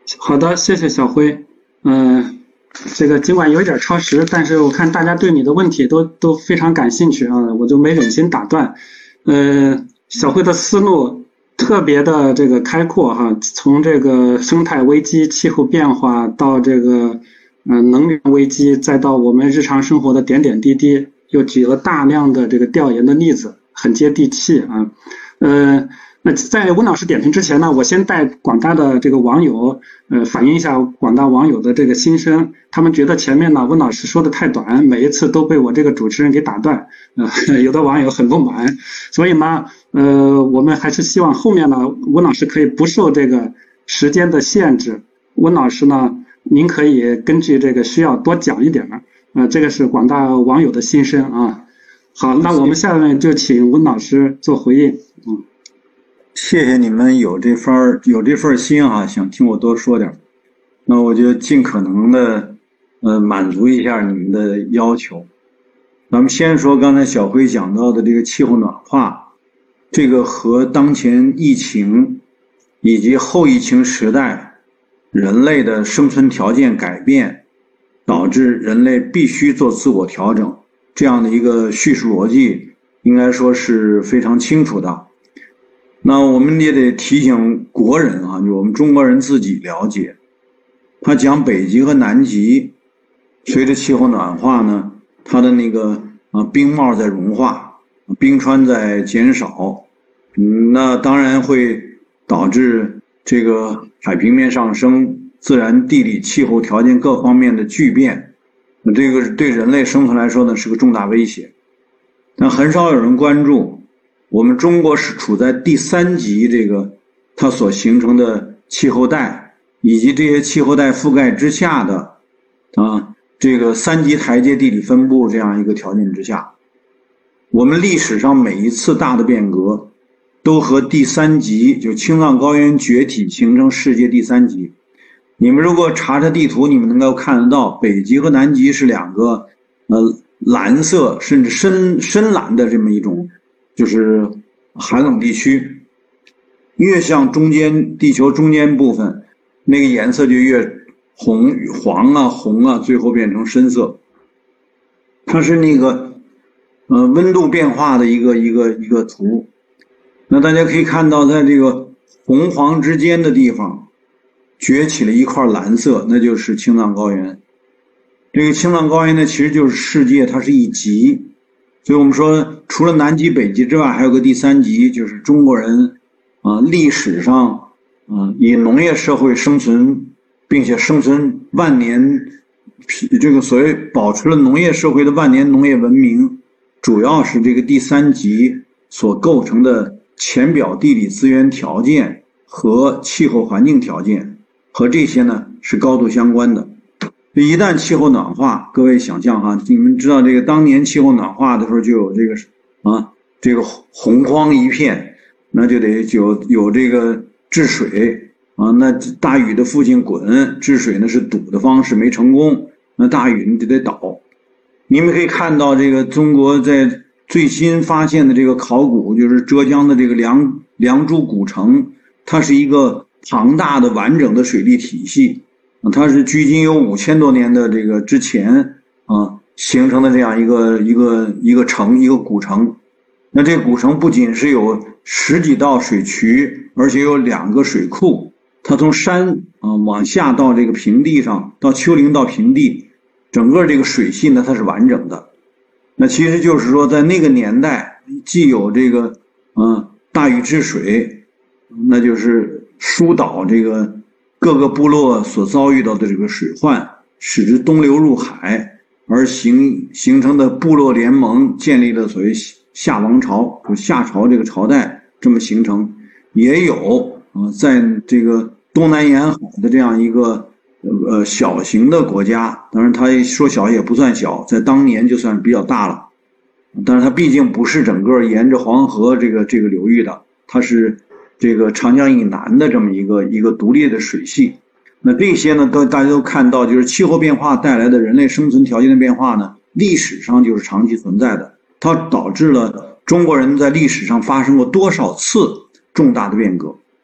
好的，谢谢小辉。这个尽管有点超时，但是我看大家对你的问题都非常感兴趣啊，我就没忍心打断。小辉的思路特别的这个开阔哈，从这个生态危机、气候变化到这个能源危机，再到我们日常生活的点点滴滴，又举了大量的这个调研的例子，很接地气啊。那在温老师点评之前呢，我先带广大的这个网友，反映一下广大网友的这个心声。他们觉得前面呢温老师说的太短，每一次都被我这个主持人给打断，有的网友很不满。所以呢，我们还是希望后面呢温老师可以不受这个时间的限制。温老师呢，您可以根据这个需要多讲一点的，这个是广大网友的心声啊。好，那我们下面就请温老师做回应。 谢谢你们有这份心啊，想听我多说点，那我就尽可能的满足一下你们的要求。咱们先说刚才小辉讲到的这个气候暖化，这个和当前疫情以及后疫情时代人类的生存条件改变，导致人类必须做自我调整，这样的一个叙述逻辑应该说是非常清楚的。那我们也得提醒国人啊，就我们中国人自己了解，他讲北极和南极随着气候暖化呢，它的那个冰帽在融化，冰川在减少，那当然会导致这个海平面上升，自然地理气候条件各方面的巨变，那这个对人类生存来说呢是个重大威胁，但很少有人关注。我们中国是处在第3级，这个它所形成的气候带，以及这些气候带覆盖之下的这个3级台阶地理分布这样一个条件之下，我们历史上每一次大的变革都和第3级就青藏高原崛起形成世界第3级。你们如果查查地图，你们能够看得到，北极和南极是2个蓝色甚至深蓝的这么一种就是寒冷地区，越向中间地球中间部分，那个颜色就越黄啊红啊，最后变成深色。它是那个温度变化的一个图。那大家可以看到，在这个红黄之间的地方崛起了一块蓝色，那就是青藏高原。这个青藏高原呢，其实就是世界，它是一极。所以我们说，除了南极、北极之外，还有个第3极，就是中国人历史上以农业社会生存，并且生存万年，这个所谓保持了农业社会的万年农业文明，主要是这个第3极所构成的浅表地理资源条件和气候环境条件，和这些呢是高度相关的。一旦气候暖化，各位想象哈，你们知道这个当年气候暖化的时候就有这个洪荒一片，那就得有这个治水啊，那大禹的附近鲧治水呢是堵的方式没成功，那大禹就得倒。你们可以看到这个中国在最新发现的这个考古，就是浙江的这个良渚古城，它是一个庞大的完整的水利体系。它是距今有5000多年的这个之前形成的这样一个城，一个古城。那这个古城不仅是有10几道水渠，而且有2个水库。它从山往下到这个平地上，到丘陵到平地，整个这个水系呢它是完整的。那其实就是说，在那个年代，既有这个大禹治水，那就是疏导这个各个部落所遭遇到的这个水患，使之东流入海，而形成的部落联盟，建立了所谓夏王朝，就夏朝这个朝代这么形成。也有在这个东南沿海的这样一个小型的国家，当然它说小也不算小，在当年就算比较大了，但是它毕竟不是整个沿着黄河这个流域的，它是这个长江以南的这么一个独立的水系。那这些呢大家都看到，就是气候变化带来的人类生存条件的变化呢，历史上就是长期存在的，它导致了中国人在历史上发生过多少次重大的变革。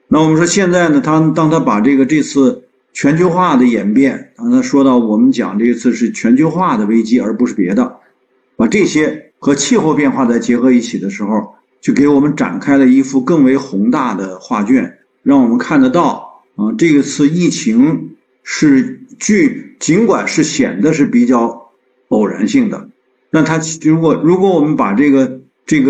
那我们说现在呢，当他把这次全球化的演变，他说到我们讲这次是全球化的危机，而不是别的，把这些和气候变化再结合一起的时候，就给我们展开了一幅更为宏大的画卷，让我们看得到啊，这次疫情是尽管是显得是比较偶然性的，但它如果我们把这个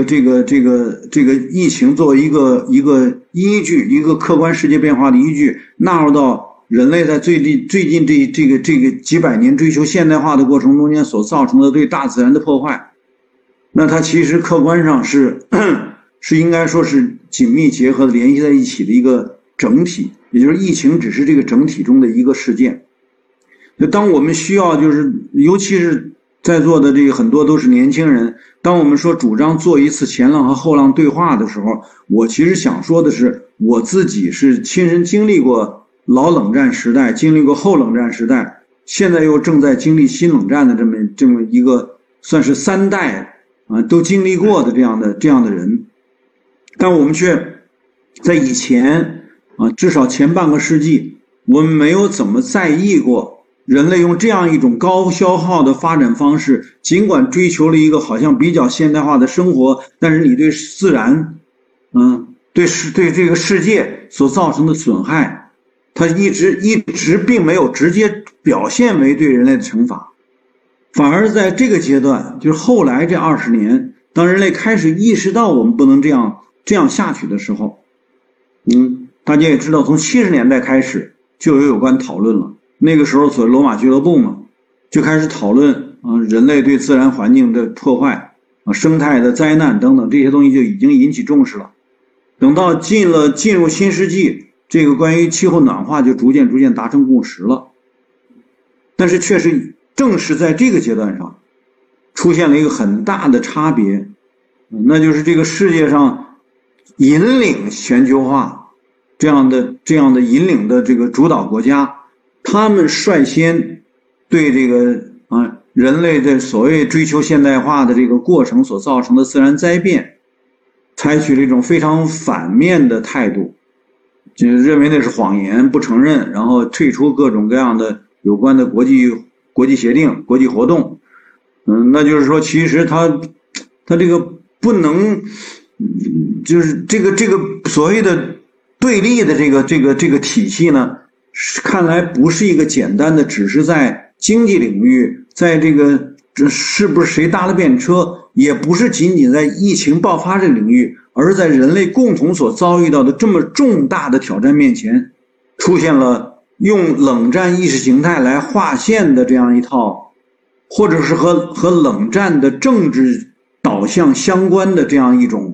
疫情作为一个依据，一个客观世界变化的依据，纳入到人类在最近这个几百年追求现代化的过程中间所造成的对大自然的破坏，那它其实客观上是应该说是紧密结合的联系在一起的一个整体，也就是疫情只是这个整体中的一个事件。就当我们需要尤其是在座的这个很多都是年轻人，当我们说主张做一次前浪和后浪对话的时候，我其实想说的是，我自己是亲身经历过老冷战时代，经历过后冷战时代，现在又正在经历新冷战的这么一个算是3代啊都经历过的这样的人，但我们却在以前啊，至少前半个世纪，我们没有怎么在意过人类用这样一种高消耗的发展方式，尽管追求了一个好像比较现代化的生活，但是你对自然，对这个世界所造成的损害，它一直并没有直接表现为对人类的惩罚，反而在这个阶段，就是后来这20年，当人类开始意识到我们不能这样下去的时候，大家也知道，从70年代开始就有关讨论了。那个时候所谓罗马俱乐部嘛，就开始讨论人类对自然环境的破坏生态的灾难等等这些东西就已经引起重视了。等到进入新世纪，这个关于气候暖化就逐渐达成共识了。但是确实正是在这个阶段上出现了一个很大的差别，那就是这个世界上引领全球化这样的引领的这个主导国家，他们率先对这个人类的所谓追求现代化的这个过程所造成的自然灾变，采取了一种非常反面的态度，就认为那是谎言，不承认，然后退出各种各样的有关的国际协定、国际活动。那就是说，其实他这个不能，就是这个所谓的对立的这个体系呢，看来不是一个简单的只是在经济领域，在这是不是谁搭了便车，也不是仅仅在疫情爆发这个领域，而在人类共同所遭遇到的这么重大的挑战面前，出现了用冷战意识形态来划线的这样一套，或者是和冷战的政治导向相关的这样一种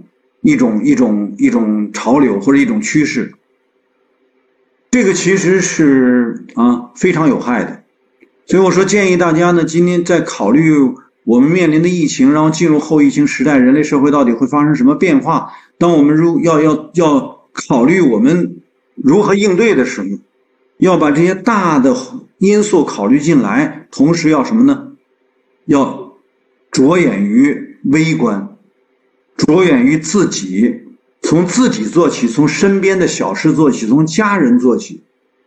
潮流或者一种趋势。这个其实是非常有害的。所以我说建议大家呢，今天在考虑我们面临的疫情，然后进入后疫情时代，人类社会到底会发生什么变化，当我们要考虑我们如何应对的时候，要把这些大的因素考虑进来，同时要什么呢？要着眼于微观，着眼于自己，从自己做起，从身边的小事做起，从家人做起。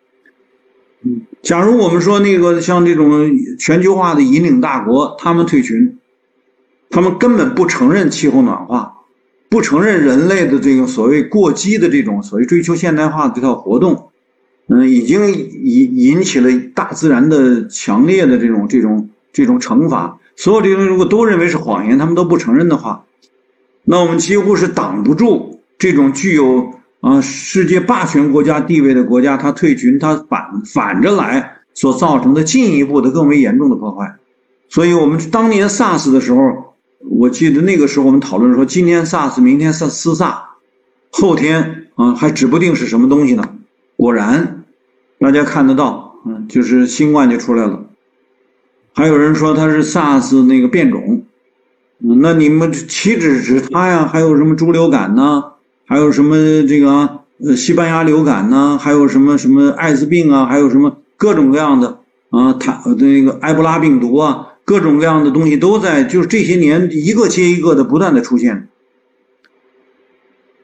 假如我们说像这种全球化的引领大国，他们退群，他们根本不承认气候暖化，不承认人类的这个所谓过激的这种所谓追求现代化的这套活动，已经引起了大自然的强烈的这种惩罚。所有这些东西如果都认为是谎言，他们都不承认的话，那我们几乎是挡不住这种具有世界霸权国家地位的国家，它退群，它反着来所造成的进一步的更为严重的破坏。所以我们当年 SARS 的时候，我记得那个时候我们讨论说，今天 SARS 明天斯萨，后天还指不定是什么东西呢。果然大家看得到，就是新冠就出来了。还有人说它是 SARS 那个变种，那你们岂止它呀，还有什么猪流感呢，还有什么这个西班牙流感呢，还有什么艾滋病啊，还有什么各种各样的那个埃博拉病毒啊，各种各样的东西都在就是这些年一个接一个的不断的出现。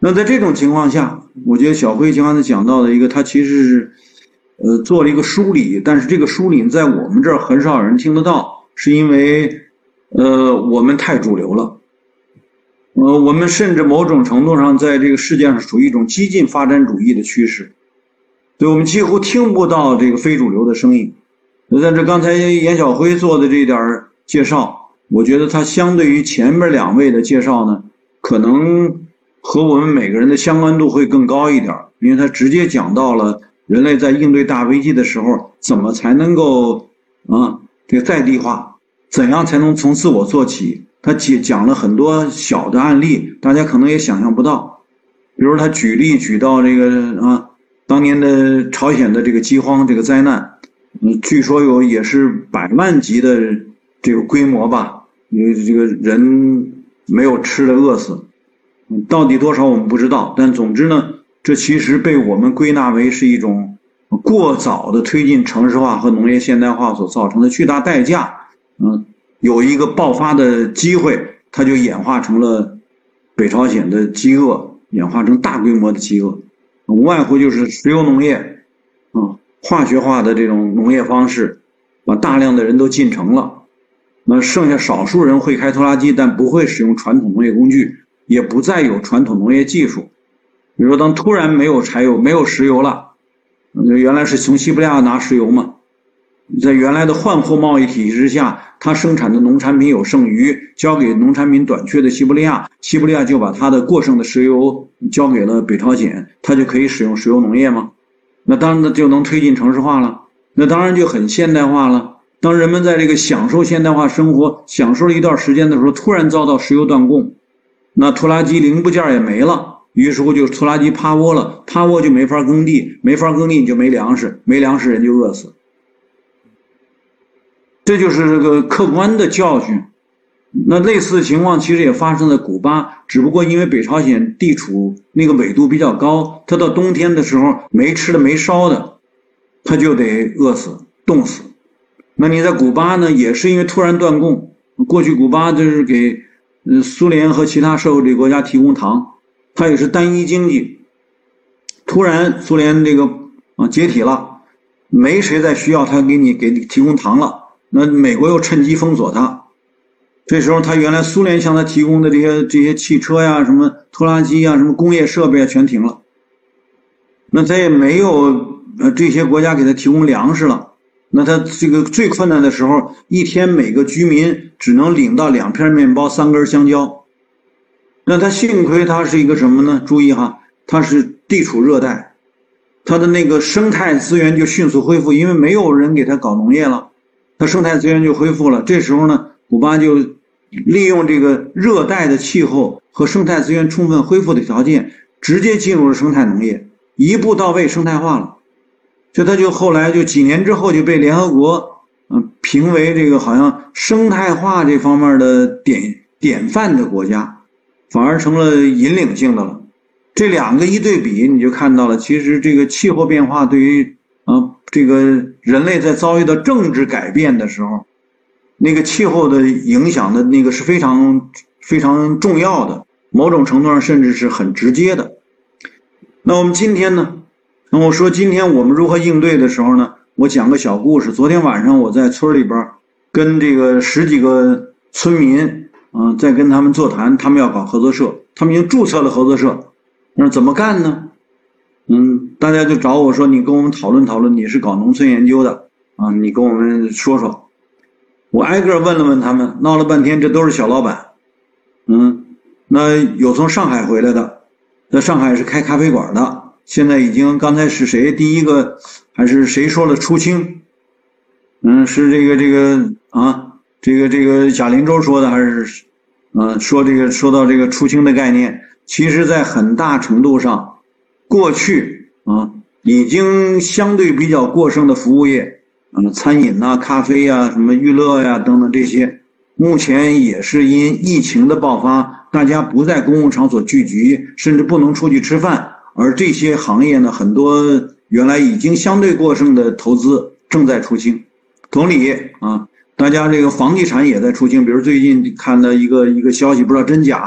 那在这种情况下，我觉得小辉刚才讲到的一个，他其实是做了一个梳理，但是这个梳理在我们这儿很少有人听得到，是因为我们太主流了。我们甚至某种程度上在这个世界上属于一种激进发展主义的趋势，所以我们几乎听不到这个非主流的声音。在这刚才严晓辉做的这点介绍，我觉得他相对于前面2位的介绍呢，可能和我们每个人的相关度会更高一点，因为他直接讲到了人类在应对大危机的时候，怎么才能够这个在地化，怎样才能从自我做起。他讲了很多小的案例，大家可能也想象不到。比如他举到这个当年的朝鲜的这个饥荒这个灾难，据说也是100万级的这个规模吧，因为这个人没有吃的饿死，到底多少我们不知道。但总之呢，这其实被我们归纳为是一种过早的推进城市化和农业现代化所造成的巨大代价。有一个爆发的机会，它就演化成了北朝鲜的饥饿，演化成大规模的饥饿，无外乎就是石油农业化学化的这种农业方式，把大量的人都进城了。那剩下少数人会开拖拉机，但不会使用传统农业工具，也不再有传统农业技术。比如说，当突然没有柴油、没有石油了，原来是从西伯利亚拿石油嘛，在原来的换货贸易体系之下，它生产的农产品有剩余，交给农产品短缺的西伯利亚，西伯利亚就把它的过剩的石油交给了北朝鲜，它就可以使用石油农业吗？那当然就能推进城市化了，那当然就很现代化了。当人们在这个享受现代化生活，享受了一段时间的时候，突然遭到石油断供，那拖拉机零部件也没了，于是乎就拖拉机趴窝了，趴窝就没法耕地，没法耕地你就没粮食，没粮食人就饿死。这就是这个客观的教训。那类似的情况其实也发生在古巴，只不过因为北朝鲜地处那个纬度比较高，它到冬天的时候没吃的没烧的，它就得饿死冻死。那你在古巴呢，也是因为突然断供，过去古巴就是给苏联和其他社会主义国家提供糖，它也是单一经济，突然苏联这个解体了，没谁再需要它给你提供糖了，那美国又趁机封锁它。这时候他原来苏联向他提供的这些汽车呀、什么拖拉机啊、什么工业设备啊全停了，那他也没有这些国家给他提供粮食了。那他这个最困难的时候，一天每个居民只能领到2片面包、3根香蕉。那他幸亏他是一个什么呢？注意哈，他是地处热带，他的那个生态资源就迅速恢复，因为没有人给他搞农业了，他生态资源就恢复了。这时候呢，古巴就利用这个热带的气候和生态资源充分恢复的条件，直接进入了生态农业，一步到位生态化了。所以他就后来就几年之后就被联合国评为这个好像生态化这方面的典范的国家，反而成了引领性的了。这2个一对比，你就看到了，其实这个气候变化对于这个人类在遭遇到政治改变的时候，那个气候的影响的那个是非常非常重要的，某种程度上甚至是很直接的。那我们今天呢？那我说今天我们如何应对的时候呢？我讲个小故事。昨天晚上我在村里边跟这个10几个村民在跟他们座谈，他们要搞合作社，他们已经注册了合作社。那怎么干呢？大家就找我说，你跟我们讨论讨论，你是搞农村研究的你跟我们说说。我挨个问了问他们，闹了半天，这都是小老板。那有从上海回来的，在上海是开咖啡馆的，现在已经刚才是谁第一个还是谁说了出清？是这个贾林洲说的，还是说到这个出清的概念？其实在很大程度上，过去已经相对比较过剩的服务业，餐饮咖啡什么娱乐等等这些，目前也是因疫情的爆发，大家不在公共场所聚集，甚至不能出去吃饭，而这些行业呢，很多原来已经相对过剩的投资正在出清。同理大家这个房地产也在出清，比如最近看的一个消息，不知道真假哈，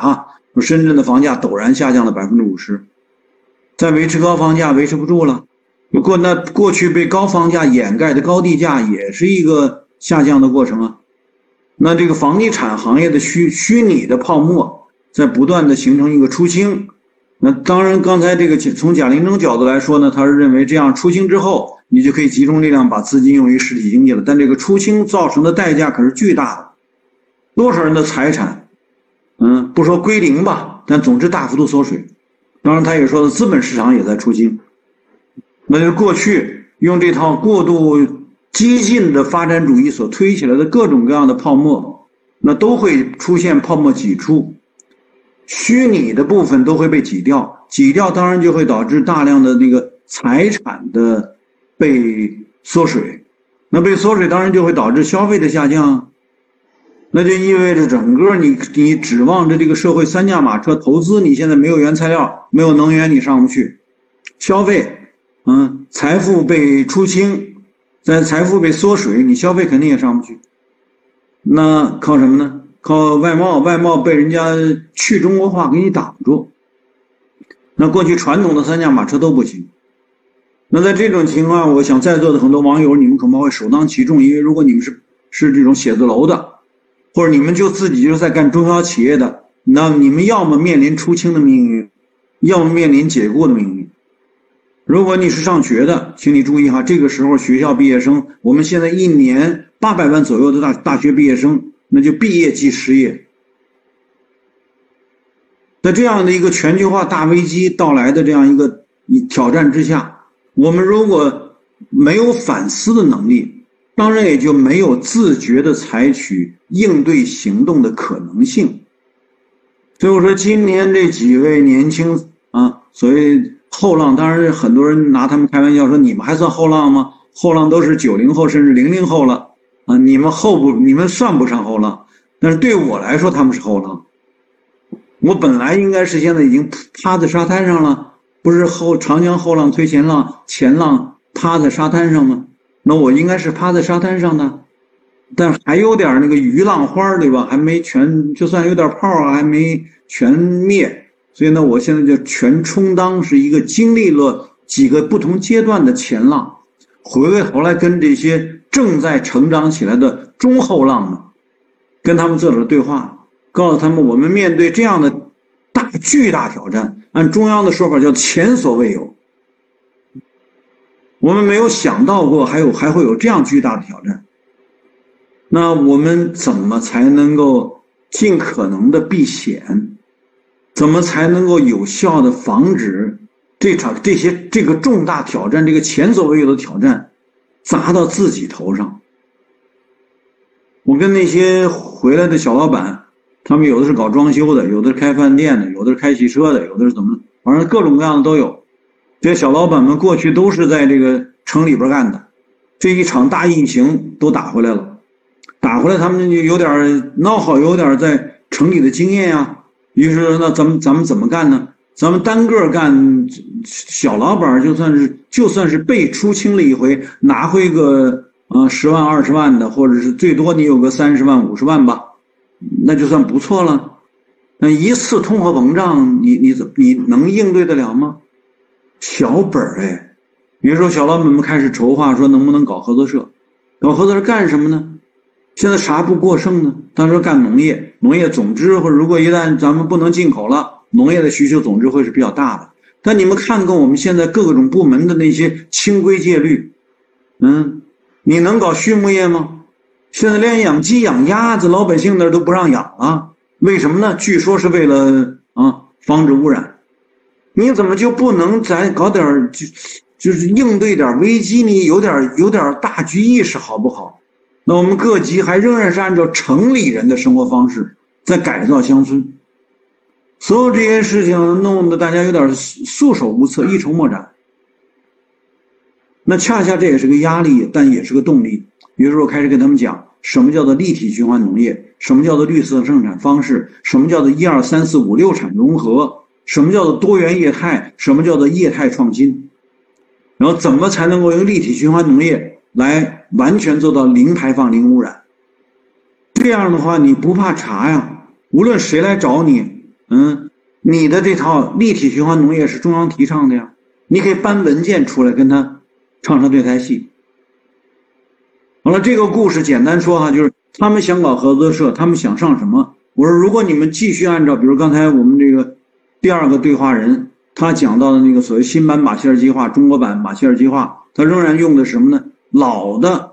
深圳的房价陡然下降了50%，再维持高房价维持不住了。那过去被高房价掩盖的高地价也是一个下降的过程啊。那这个房地产行业的虚拟的泡沫在不断的形成一个出清。那当然，刚才这个从贾玲征角度来说呢，他是认为这样出清之后，你就可以集中力量把资金用于实体经济了。但这个出清造成的代价可是巨大的，多少人的财产，不说归零吧，但总之大幅度缩水。当然，他也说了，资本市场也在出清。那就是过去用这套过度激进的发展主义所推起来的各种各样的泡沫，那都会出现泡沫挤出，虚拟的部分都会被挤掉，挤掉当然就会导致大量的那个财产的被缩水，那被缩水当然就会导致消费的下降，那就意味着整个你指望着这个社会三驾马车投资，你现在没有原材料，没有能源，你上不去，消费。财富被出清，在财富被缩水，你消费肯定也上不去。那靠什么呢？靠外贸，外贸被人家去中国化给你挡住。那过去传统的三驾马车都不行。那在这种情况，我想在座的很多网友，你们恐怕会首当其冲，因为如果你们是这种写字楼的，或者你们自己就是在干中小企业的，那你们要么面临出清的命运，要么面临解雇的命运。如果你是上学的，请你注意哈，这个时候学校毕业生，我们现在一年800万左右的大学毕业生，那就毕业即失业。在这样的一个全球化大危机到来的这样一个挑战之下，我们如果没有反思的能力，当然也就没有自觉的采取应对行动的可能性。所以我说今年这几位年轻所谓后浪，当然很多人拿他们开玩笑说，你们还算后浪吗？后浪都是90后甚至00后了你们算不上后浪，但是对我来说他们是后浪。我本来应该是现在已经趴在沙滩上了，不是长江后浪推前浪，前浪趴在沙滩上吗？那我应该是趴在沙滩上的，但还有点那个鱼浪花，对吧？还没全，就算有点泡还没全灭。所以呢，我现在就全充当是一个经历了几个不同阶段的前浪，回过头来跟这些正在成长起来的中后浪们，跟他们做点对话，告诉他们我们面对这样的巨大挑战，按中央的说法叫前所未有，我们没有想到过还会有这样巨大的挑战。那我们怎么才能够尽可能的避险？怎么才能够有效的防止这个重大挑战，这个前所未有的挑战砸到自己头上？我跟那些回来的小老板，他们有的是搞装修的，有的是开饭店的，有的是开汽车的，有的是怎么，反正各种各样的都有。这些小老板们过去都是在这个城里边干的，这一场大疫情都打回来了，打回来他们就有点孬好，有点在城里的经验呀。于是那咱们怎么干呢？咱们单个干，小老板就算是被出清了一回，拿回个10万20万的，或者是最多你有个30万50万吧，那就算不错了。那一次通货膨胀，你能应对得了吗？小本比如说小老板们开始筹划说能不能搞合作社，搞合作社干什么呢？现在啥不过剩呢？当时干农业，农业总值，或者如果一旦咱们不能进口了，农业的需求总值会是比较大的。但你们看看我们现在各种部门的那些清规戒律，你能搞畜牧业吗？现在连养鸡养鸭子老百姓那都不让养了，为什么呢？据说是为了防止污染。你怎么就不能再搞点就是应对点危机，你有点大局意识好不好？那我们各级还仍然是按照城里人的生活方式在改造乡村，所有这些事情弄得大家有点束手无策，一筹莫展。那恰恰这也是个压力，但也是个动力。比如说我开始跟他们讲什么叫做立体循环农业，什么叫做绿色生产方式，什么叫做1、2、3、4、5、6产融合，什么叫做多元业态，什么叫做业态创新，然后怎么才能够用立体循环农业来完全做到零排放零污染。这样的话你不怕查呀，无论谁来找你你的这套立体循环农业是中央提倡的呀，你可以搬文件出来跟他唱对台戏。好了，这个故事简单说哈，就是他们想搞合作社，他们想上什么？我说如果你们继续按照，比如刚才我们这个第二个对话人他讲到的那个所谓新版马歇尔计划，中国版马歇尔计划，他仍然用的什么呢？老的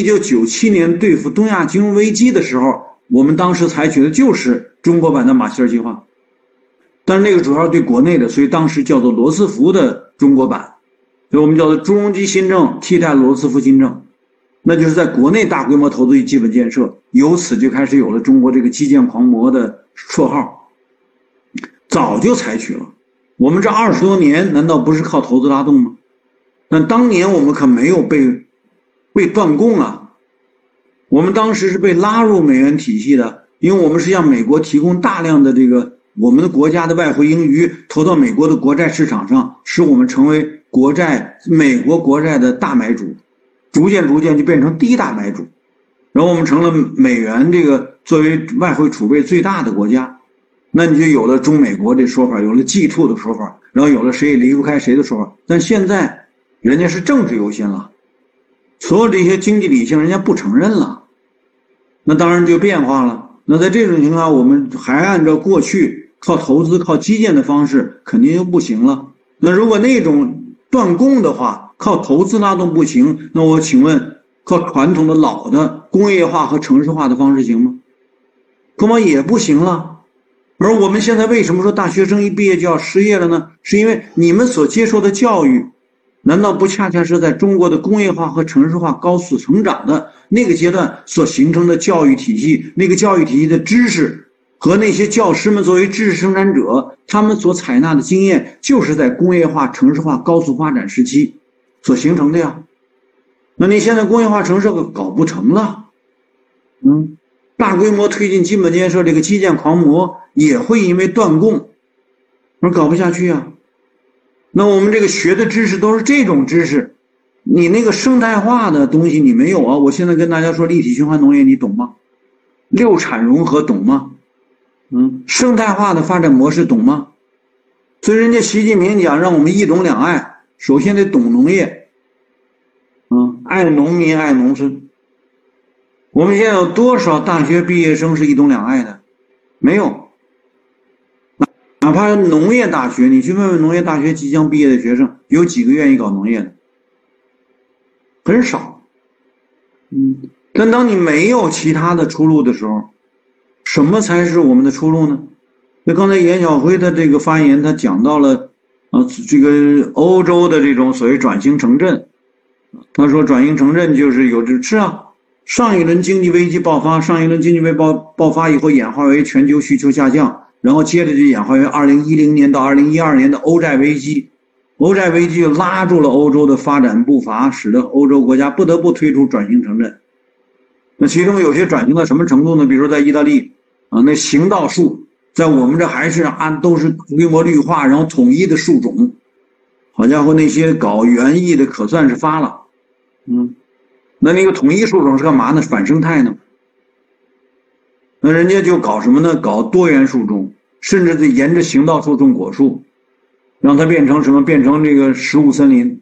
1997年对付东亚金融危机的时候，我们当时采取的就是中国版的马歇尔计划，但是那个主要对国内的，所以当时叫做罗斯福的中国版，所以我们叫做朱镕基新政替代罗斯福新政，那就是在国内大规模投资基本建设，由此就开始有了中国这个基建狂魔的绰号，早就采取了。我们这20多年难道不是靠投资拉动吗？但当年我们可没有被断供啊，我们当时是被拉入美元体系的，因为我们是向美国提供大量的这个我们的国家的外汇盈余投到美国的国债市场上，使我们成为美国国债的大买主，逐渐就变成第一大买主，然后我们成了美元这个作为外汇储备最大的国家，那你就有了中美国这说法，有了 G2 的说法，然后有了谁也离不开谁的说法。但现在人家是政治优先了，所有这些经济理性人家不承认了，那当然就变化了。那在这种情况下，我们还按照过去靠投资靠基建的方式肯定就不行了。那如果那种断供的话，靠投资拉动不行，那我请问靠传统的老的工业化和城市化的方式行吗？恐怕也不行了。而我们现在为什么说大学生一毕业就要失业了呢？是因为你们所接受的教育难道不恰恰是在中国的工业化和城市化高速成长的那个阶段所形成的教育体系，那个教育体系的知识和那些教师们作为知识生产者，他们所采纳的经验就是在工业化城市化高速发展时期所形成的呀。那你现在工业化城市搞不成了，大规模推进基本建设，这个基建狂魔也会因为断供而搞不下去啊。那我们这个学的知识都是这种知识，你那个生态化的东西你没有啊。我现在跟大家说立体循环农业你懂吗？六产融合懂吗？生态化的发展模式懂吗？所以人家习近平讲让我们一农两爱，首先得懂农业，爱农民爱农村。我们现在有多少大学毕业生是一农两爱的？没有。哪怕农业大学，你去问问农业大学即将毕业的学生，有几个愿意搞农业的？很少。但当你没有其他的出路的时候，什么才是我们的出路呢？那刚才严晓辉的这个发言，他讲到了这个欧洲的这种所谓转型城镇。他说转型城镇就是上一轮经济危机爆发，爆发以后演化为全球需求下降，然后接着就演化为2010年到2012年的欧债危机。欧债危机拉住了欧洲的发展步伐，使得欧洲国家不得不推出转型城镇。那其中有些转型到什么程度呢？比如说在意大利那行道树在我们这还是都是规模绿化，然后统一的树种。好家伙，那些搞园艺的可算是发了。那个统一树种是干嘛呢？反生态呢？那人家就搞什么呢？搞多元树种，甚至得沿着行道树种果树，让它变成什么？变成这个食物森林。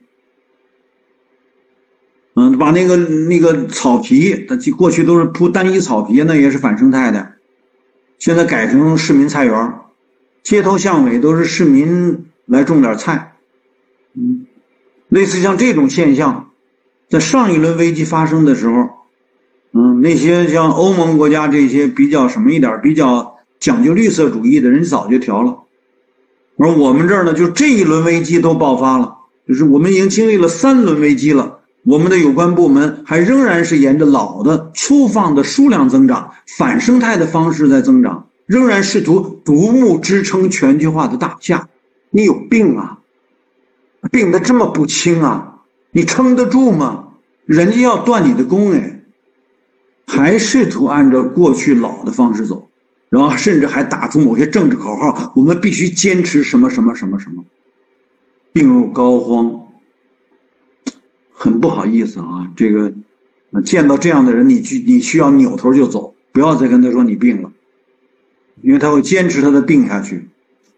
把那个草皮，它过去都是铺单一草皮，那也是反生态的。现在改成市民菜园，街头巷尾都是市民来种点菜。类似像这种现象，在上一轮危机发生的时候，那些像欧盟国家这些比较什么一点，比较讲究绿色主义的人早就调了。而我们这儿呢，就这一轮危机都爆发了，就是我们已经经历了3轮危机了，我们的有关部门还仍然是沿着老的粗放的数量增长、反生态的方式在增长，仍然试图独木支撑全球化的大厦。你有病啊！病得这么不轻啊，你撑得住吗？人家要断你的供还试图按照过去老的方式走，然后甚至还打出某些政治口号，我们必须坚持什么什么什么什么，病入膏肓。很不好意思啊，这个见到这样的人，你需要扭头就走，不要再跟他说你病了。 因为他会坚持他的定下去。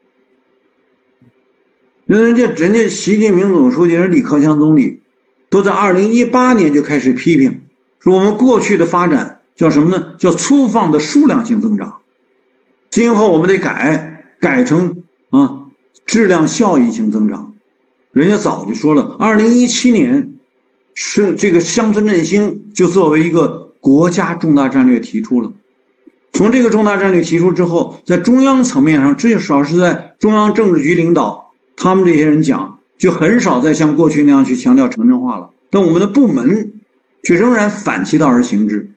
人家习近平总书记、李克强总理都在2018年就开始批评，说我们过去的发展叫什么呢？叫粗放的数量性增长，今后我们得改成质量效益性增长。人家早就说了，2017年是这个乡村振兴就作为一个国家重大战略提出了。从这个重大战略提出之后，在中央层面上，至少是在中央政治局领导他们这些人讲，就很少再像过去那样去强调城镇化了。但我们的部门却仍然反其道而行之。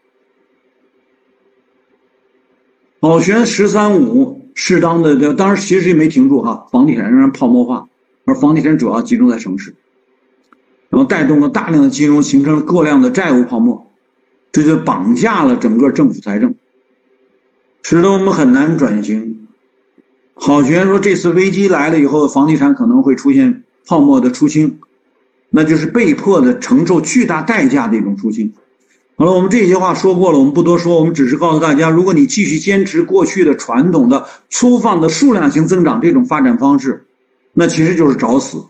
保全“13+5”适当的，当然其实也没停住哈，房地产仍然泡沫化，而房地产主要集中在城市，然后带动了大量的金融，形成了过量的债务泡沫，这就绑架了整个政府财政，使得我们很难转型。郝学说这次危机来了以后，房地产可能会出现泡沫的出清，那就是被迫的承受巨大代价的一种出清。好了，我们这些话说过了，我们不多说，我们只是告诉大家，如果你继续坚持过去的传统的粗放的数量型增长这种发展方式，那其实就是找死。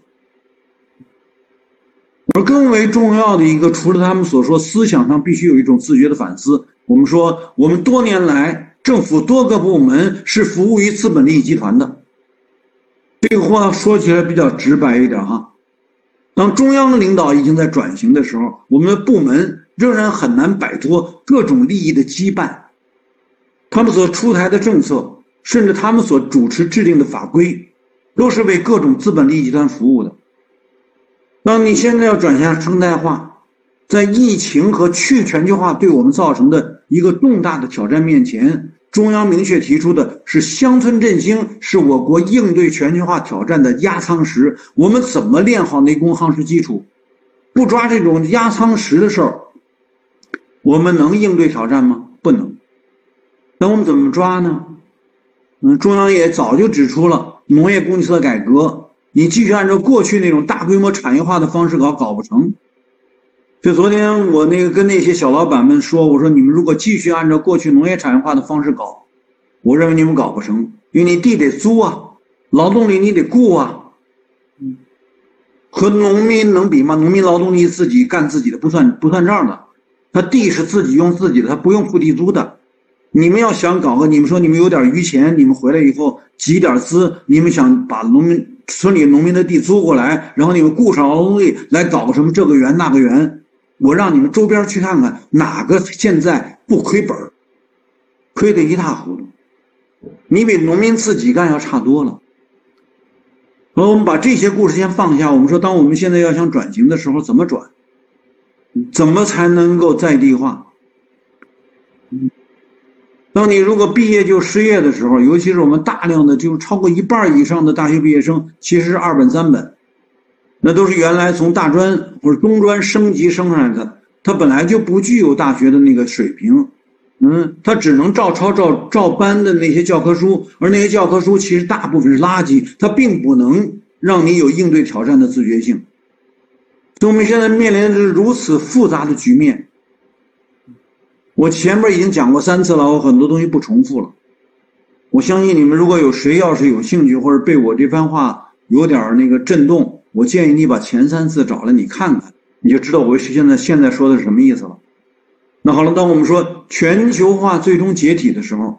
而更为重要的一个，除了他们所说思想上必须有一种自觉的反思，我们说我们多年来政府多个部门是服务于资本利益集团的，这个话说起来比较直白一点哈。当中央领导已经在转型的时候，我们的部门仍然很难摆脱各种利益的羁绊，他们所出台的政策，甚至他们所主持制定的法规，都是为各种资本利益集团服务的。当你现在要转向生态化，在疫情和去全球化对我们造成的一个重大的挑战面前，中央明确提出的是乡村振兴是我国应对全球化挑战的压舱石，我们怎么练好内功夯实基础？不抓这种压舱石的事儿，我们能应对挑战吗？不能。那我们怎么抓呢？中央也早就指出了农业供给侧改革，你继续按照过去那种大规模产业化的方式搞不成。就昨天我跟那些小老板们说，我说你们如果继续按照过去农业产业化的方式搞，我认为你们搞不成，因为你地得租啊，劳动力你得雇啊，和农民能比吗？农民劳动力自己干自己的，不算账的，他地是自己用自己的，他不用付地租的。你们要想搞个，你们说你们有点余钱，你们回来以后集点资，你们想把村里农民的地租过来，然后你们雇上劳动力来搞个什么这个园那个园，我让你们周边去看看哪个现在不亏本，亏得一塌糊涂，你比农民自己干要差多了。然后我们把这些故事先放下，我们说当我们现在要想转型的时候，怎么转？怎么才能够在地化？当你如果毕业就失业的时候，尤其是我们大量的就是超过一半以上的大学毕业生其实是2本3本，那都是原来从大专或者中专升级升上来的，他本来就不具有大学的那个水平，他只能照抄照搬的那些教科书，而那些教科书其实大部分是垃圾，它并不能让你有应对挑战的自觉性。所以我们现在面临的是如此复杂的局面。我前面已经讲过3次了，我很多东西不重复了。我相信你们如果有谁要是有兴趣，或者被我这番话有点那个震动，我建议你把前3次找来你看看，你就知道我现在说的是什么意思了。那好了，当我们说全球化最终解体的时候，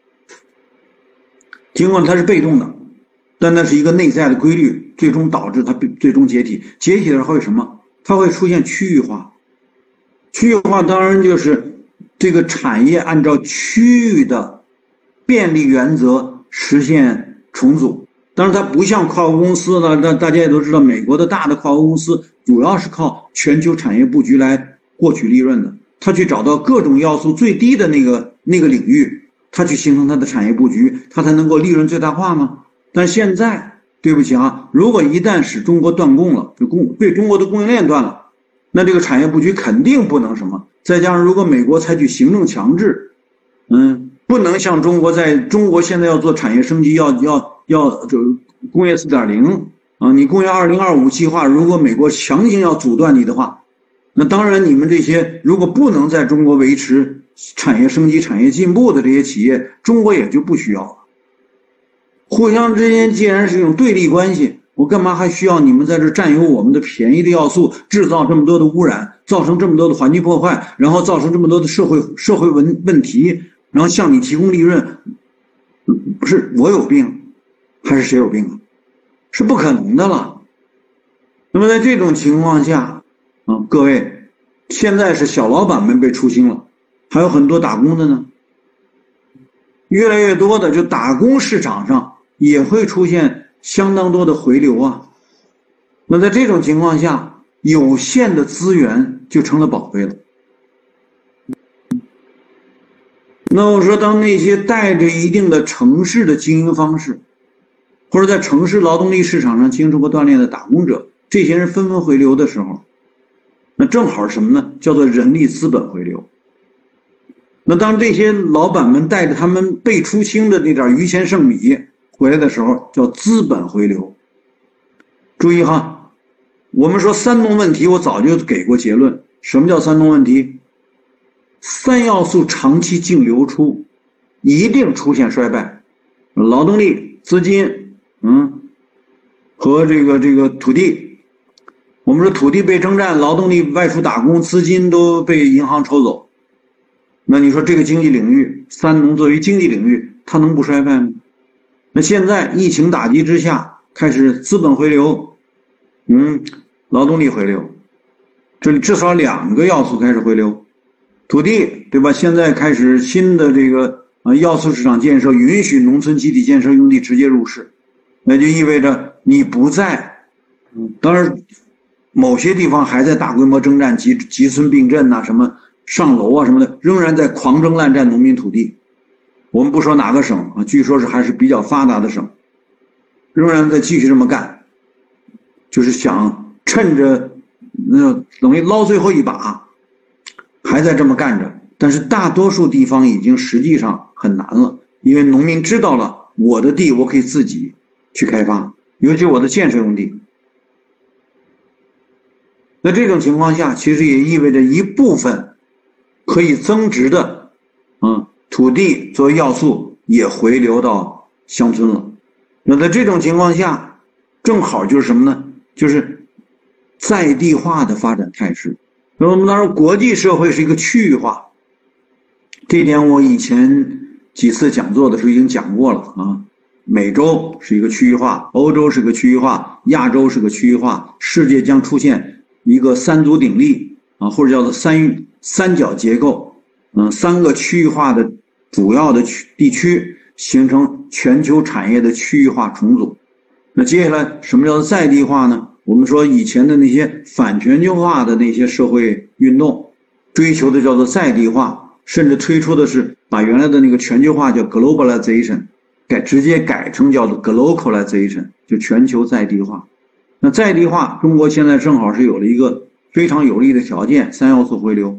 尽管它是被动的，但那是一个内在的规律，最终导致它最终解体。解体的时候会什么？它会出现区域化。区域化当然就是这个产业按照区域的便利原则实现重组。当然它不像跨国公司呢，大家也都知道，美国的大的跨国公司主要是靠全球产业布局来获取利润的，他去找到各种要素最低的那个领域，他去形成他的产业布局，他才能够利润最大化吗？但现在对不起啊，如果一旦使中国断供了，对中国的供应链断了，那这个产业布局肯定不能什么。再加上如果美国采取行政强制，不能像中国现在要做产业升级，要工业4.0啊，你工业2025计划，如果美国强行要阻断你的话， 那当然，你们这些如果不能在中国维持产业升级、产业进步的这些企业，中国也就不需要了。互相之间既然是一种对立关系，我干嘛还需要你们在这占有我们的便宜的要素，制造这么多的污染，造成这么多的环境破坏，然后造成这么多的社会问题，然后向你提供利润？不是我有病，还是谁有病啊？是不可能的了。那么在这种情况下各位，现在是小老板们被出清了，还有很多打工的呢。越来越多的就打工市场上也会出现相当多的回流啊。那在这种情况下，有限的资源就成了宝贝了。那我说，当那些带着一定的城市的经营方式，或者在城市劳动力市场上经受过锻炼的打工者，这些人纷纷回流的时候，那正好什么呢？叫做人力资本回流。那当这些老板们带着他们被出清的那点余钱剩米回来的时候，叫资本回流。注意哈，我们说三农问题，我早就给过结论。什么叫三农问题？三要素长期净流出，一定出现衰败。劳动力、资金，和这个土地。我们说土地被征占，劳动力外出打工，资金都被银行抽走。那你说这个经济领域，三农作为经济领域，它能不衰败吗？那现在疫情打击之下，开始资本回流，劳动力回流，这里至少两个要素开始回流。土地，对吧？现在开始新的这个要素市场建设，允许农村集体建设用地直接入市，那就意味着你不在，当然某些地方还在大规模征战，集村并镇什么上楼什么的，仍然在狂征滥占农民土地。我们不说哪个省据说是还是比较发达的省，仍然在继续这么干，就是想趁着等于捞最后一把，还在这么干着。但是大多数地方已经实际上很难了，因为农民知道了我的地我可以自己去开发，尤其我的建设用地。在这种情况下，其实也意味着一部分可以增值的土地作为要素也回流到乡村了。那在这种情况下，正好就是什么呢？就是在地化的发展态势。那我们当然国际社会是一个区域化，这一点我以前几次讲座的时候已经讲过了美洲是一个区域化，欧洲是个区域化，亚洲是个区域化，世界将出现一个三足鼎立或者叫做三角结构，三个区域化的主要的地区形成全球产业的区域化重组。那接下来什么叫做在地化呢？我们说以前的那些反全球化的那些社会运动，追求的叫做在地化，甚至推出的是把原来的那个全球化叫 globalization， 直接改成叫做 glocalization， 就全球在地化。那在地化，中国现在正好是有了一个非常有利的条件，三要素回流。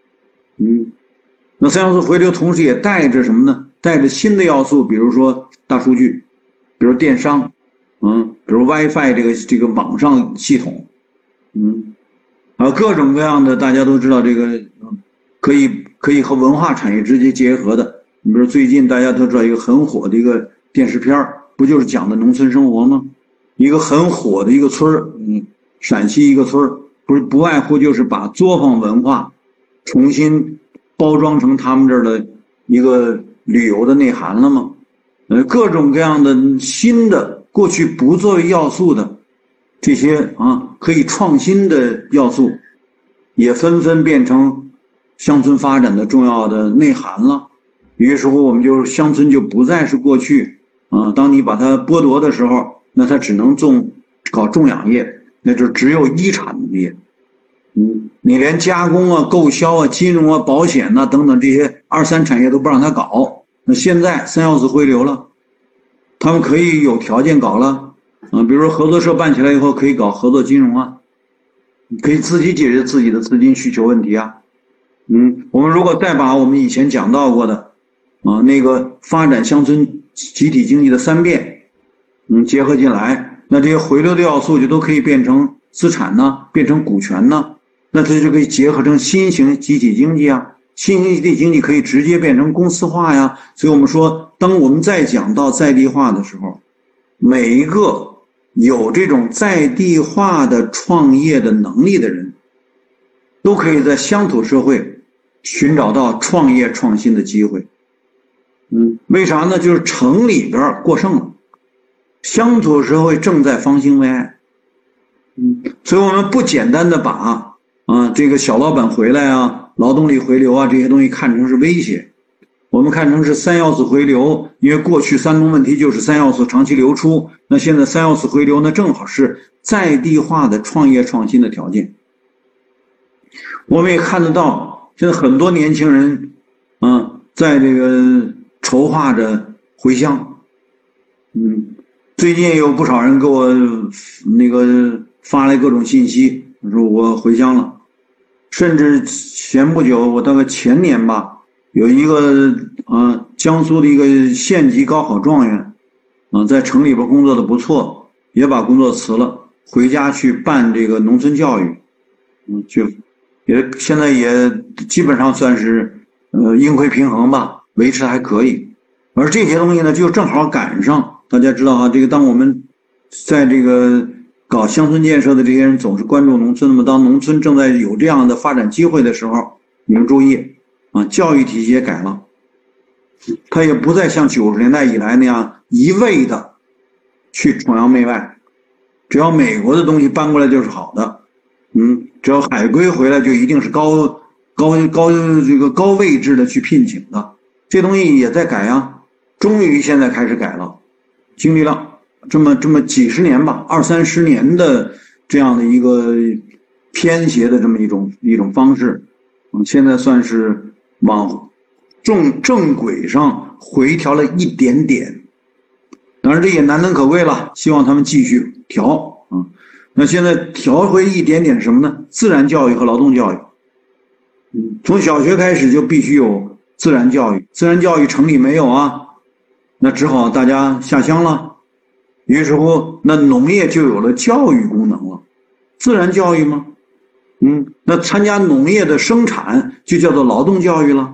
那三要素回流同时也带着什么呢？带着新的要素，比如说大数据，比如电商，比如 WiFi 这个网上系统，还有各种各样的，大家都知道这个可以和文化产业直接结合的。你比如最近大家都知道一个很火的一个电视片，不就是讲的农村生活吗？一个很火的一个村儿，陕西一个村儿，不外乎就是把作坊文化重新包装成他们这儿的一个旅游的内涵了吗？各种各样的新的过去不作为要素的这些可以创新的要素，也纷纷变成乡村发展的重要的内涵了。于是乎，我们就乡村就不再是过去当你把它剥夺的时候，那它只能搞种养业，那就只有一产农业。你连加工购销金融保险等等这些二三产业都不让它搞。那现在三要素回流了，他们可以有条件搞了比如说合作社办起来以后可以搞合作金融可以自己解决自己的资金需求问题我们如果再把我们以前讲到过的那个发展乡村集体经济的三变结合进来，那这些回流的要素就都可以变成资产变成股权那这就可以结合成新型集体经济啊，新型集体经济可以直接变成公司化呀。所以我们说，当我们再讲到在地化的时候，每一个有这种在地化的创业的能力的人，都可以在乡土社会寻找到创业创新的机会。为啥呢？就是城里边过剩了，乡土社会正在方兴未艾。所以我们不简单的把这个小老板回来啊、劳动力回流啊这些东西看成是威胁，我们看成是三要素回流。因为过去三农问题就是三要素长期流出，那现在三要素回流呢，正好是在地化的创业创新的条件。我们也看得到，现在很多年轻人在这个筹划着回乡。最近有不少人给我发来各种信息，说我回乡了。甚至前不久，我大概前年吧，有一个江苏的一个县级高考状元在城里边工作的不错，也把工作辞了，回家去办这个农村教育。现在也基本上算是盈亏平衡吧，维持还可以。而这些东西呢，就正好赶上，大家知道这个当我们在这个搞乡村建设的这些人总是关注农村，那么当农村正在有这样的发展机会的时候，你们注意教育体系也改了，它也不再像90年代以来那样一味的去崇洋媚外，只要美国的东西搬过来就是好的，只要海归回来就一定是高位置的去聘请的，这东西也在改啊。终于现在开始改了，经历了这么几十年吧，20-30年的这样的一个偏斜的这么一种方式，现在算是往正轨上回调了一点点。当然这也难能可贵了，希望他们继续调那现在调回一点点什么呢？自然教育和劳动教育。从小学开始就必须有自然教育，自然教育城里没有啊，那只好大家下乡了。于是乎，那农业就有了教育功能了，自然教育吗？那参加农业的生产就叫做劳动教育了。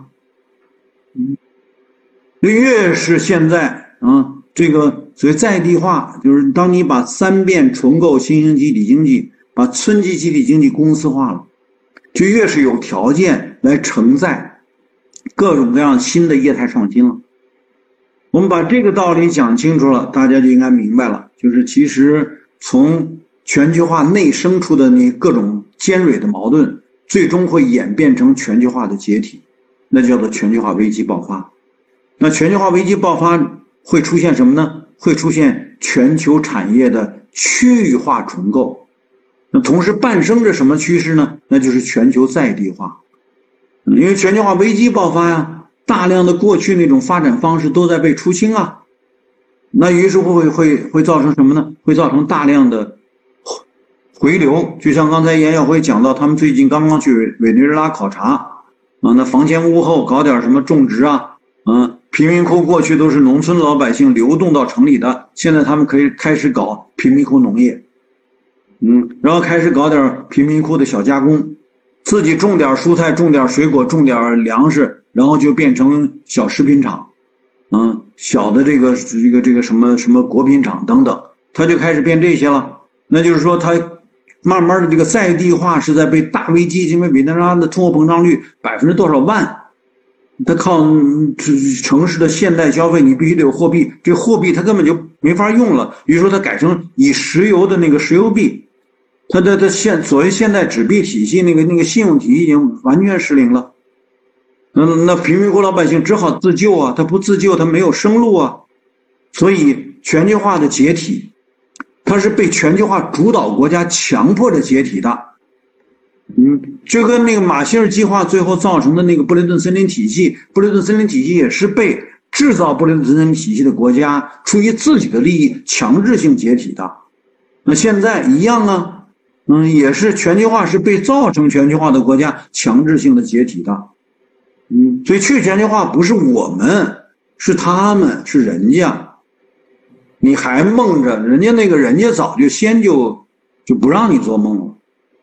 越是现在这个所以在地化，就是当你把三变重构新型集体经济，把村级集体经济公司化了，就越是有条件来承载各种各样新的业态创新了。我们把这个道理讲清楚了，大家就应该明白了，就是其实从全球化内生出的那各种尖锐的矛盾，最终会演变成全球化的解体，那叫做全球化危机爆发。那全球化危机爆发会出现什么呢？会出现全球产业的区域化重构。那同时伴生着什么趋势呢？那就是全球在地化。因为全球化危机爆发呀，大量的过去那种发展方式都在被出清啊，那于是会造成什么呢？会造成大量的回流。就像刚才严晓辉讲到，他们最近刚刚去委内瑞拉考察那房前屋后搞点什么种植贫民窟过去都是农村老百姓流动到城里的，现在他们可以开始搞贫民窟农业，然后开始搞点贫民窟的小加工，自己种点蔬菜，种点水果，种点粮食，然后就变成小食品厂，小的这个什么果品厂等等，他就开始变这些了。那就是说，他慢慢的这个在地化是在被大危机，因为委内瑞拉的通货膨胀率多少万，他靠城市的现代消费，你必须得有货币，这货币他根本就没法用了。比如说，他改成以石油的那个石油币，他的所谓现代纸币体系那个信用体系已经完全失灵了。那贫民窟老百姓只好自救啊，他不自救，他没有生路啊。所以全球化的解体，它是被全球化主导国家强迫着解体的。就跟那个马歇尔计划最后造成的那个布雷顿森林体系，布雷顿森林体系也是被制造布雷顿森林体系的国家出于自己的利益强制性解体的。那现在一样啊，也是全球化是被造成全球化的国家强制性的解体的。所以去全球化不是我们，是他们，是人家。你还梦着人家早就先就不让你做梦了。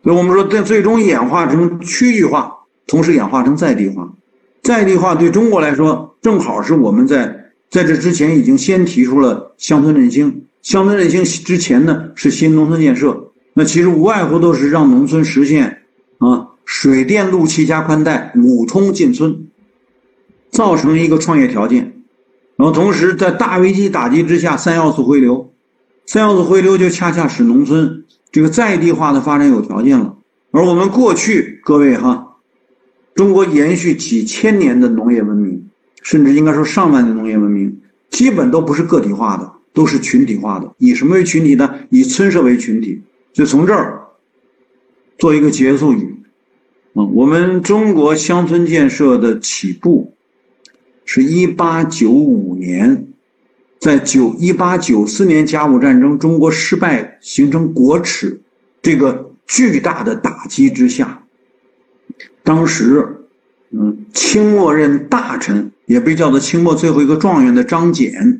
所以我们说最终演化成区域化，同时演化成在地化。在地化对中国来说，正好是我们在这之前已经先提出了乡村振兴，乡村振兴之前呢是新农村建设，那其实无外乎都是让农村实现水电路气加宽带五通进村，造成一个创业条件。然后同时在大危机打击之下，三要素回流，三要素回流就恰恰使农村这个在地化的发展有条件了。而我们过去各位中国延续几千年的农业文明，甚至应该说上万年农业文明，基本都不是个体化的，都是群体化的。以什么为群体呢？以村社为群体。就从这儿做一个结束语我们中国乡村建设的起步是1895年，在1894年甲午战争中国失败形成国耻这个巨大的打击之下，当时清末任大臣，也被叫做清末最后一个状元的张謇，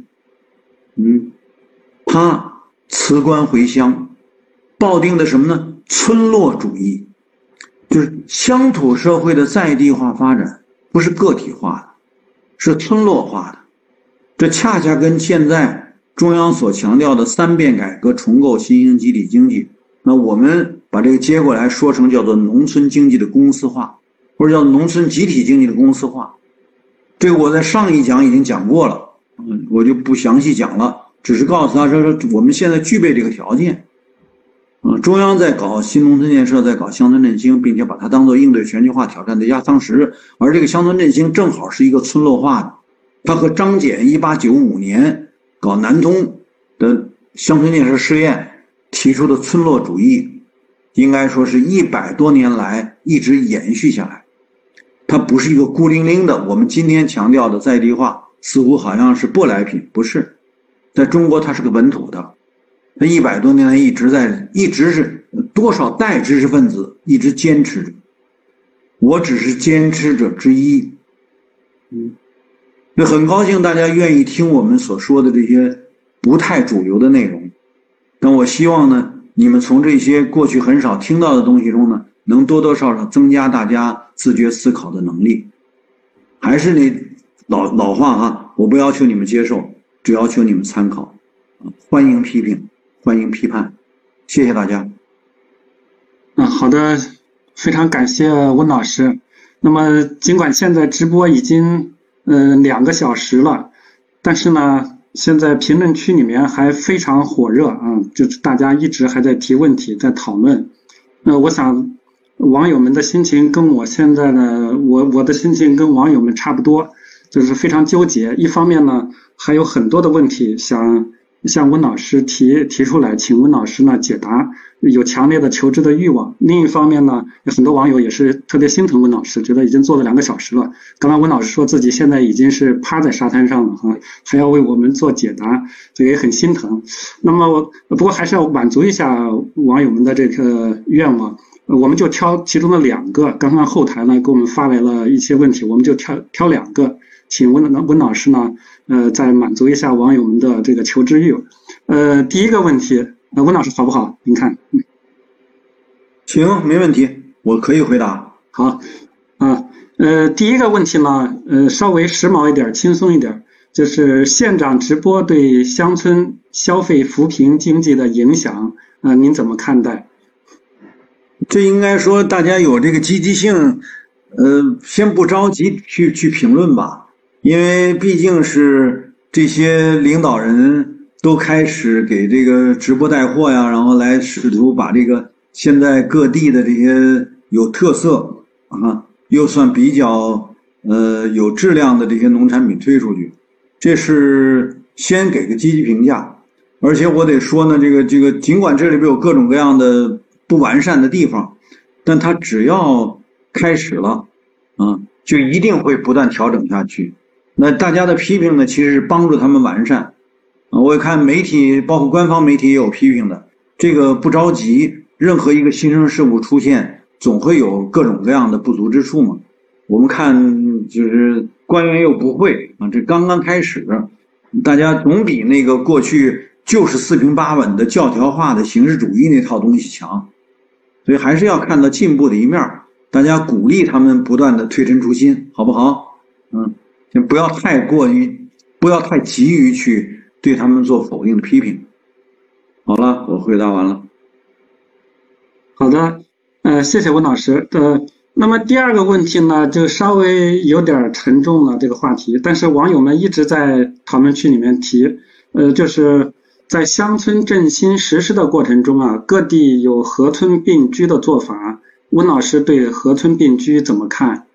他辞官回乡，抱定的什么呢？村落主义，就是乡土社会的在地化发展不是个体化的，是村落化的。这恰恰跟现在中央所强调的三变改革、重构新兴集体经济，那我们把这个接过来说成叫做农村经济的公司化，或者叫农村集体经济的公司化。这个我在上一讲已经讲过了，我就不详细讲了，只是告诉他说我们现在具备这个条件。中央在搞新农村建设，在搞乡村振兴，并且把它当作应对全球化挑战的压舱石。而这个乡村振兴正好是一个村落化的，它和张謇1895年搞南通的乡村建设试验提出的村落主义，应该说是100多年来一直延续下来。它不是一个孤零零的，我们今天强调的在地化，似乎好像是舶来品，不是。在中国它是个本土的。他100多年来一直是多少代知识分子一直坚持着，我只是坚持者之一。很高兴大家愿意听我们所说的这些不太主流的内容，但我希望呢，你们从这些过去很少听到的东西中呢，能多多少少增加大家自觉思考的能力。还是那老话我不要求你们接受，只要求你们参考。欢迎批评，欢迎批判，谢谢大家。 好的，非常感谢温老师。那么尽管现在直播已经2个小时了，但是呢，现在评论区里面还非常火热就是大家一直还在提问题，在讨论。我想网友们的心情跟我现在的我的心情跟网友们差不多，就是非常纠结。一方面呢，还有很多的问题想向温老师提出来，请温老师呢解答，有强烈的求知的欲望。另一方面呢，有很多网友也是特别心疼温老师，觉得已经做了2个小时了。刚刚温老师说自己现在已经是趴在沙滩上了还要为我们做解答，这个也很心疼。那么不过还是要满足一下网友们的这个愿望，我们就挑其中的2个。刚刚后台呢给我们发来了一些问题，我们就挑2个，请温老师呢再满足一下网友们的这个求知欲。第一个问题，温老师好不好？您看。 行，没问题，我可以回答。 好，第一个问题呢，稍微时髦一点，轻松一点，就是县长直播对乡村消费扶贫经济的影响，您怎么看待？ 这应该说大家有这个积极性，先不着急去评论吧，因为毕竟是这些领导人都开始给这个直播带货呀，然后来试图把这个现在各地的这些有特色又算比较有质量的这些农产品推出去，这是先给个积极评价。而且我得说呢，这个尽管这里边有各种各样的不完善的地方，但它只要开始了就一定会不断调整下去。那大家的批评呢，其实是帮助他们完善我也看媒体包括官方媒体也有批评的，这个不着急，任何一个新生事物出现总会有各种各样的不足之处嘛。我们看就是官员又不会这刚刚开始，大家总比那个过去就是四平八稳的教条化的形式主义那套东西强。 所以还是要看到进步的一面，大家鼓励他们不断的推陈出新，好不好？先不要太急于去对他们做否定的批评。好了，我回答完了。 好的，谢谢温老师。那么第二个问题呢，就稍微有点沉重了这个话题，但是网友们一直在讨论区里面提，就是在乡村振兴实施的过程中啊，各地有河村并居的做法，温老师对河村并居怎么看？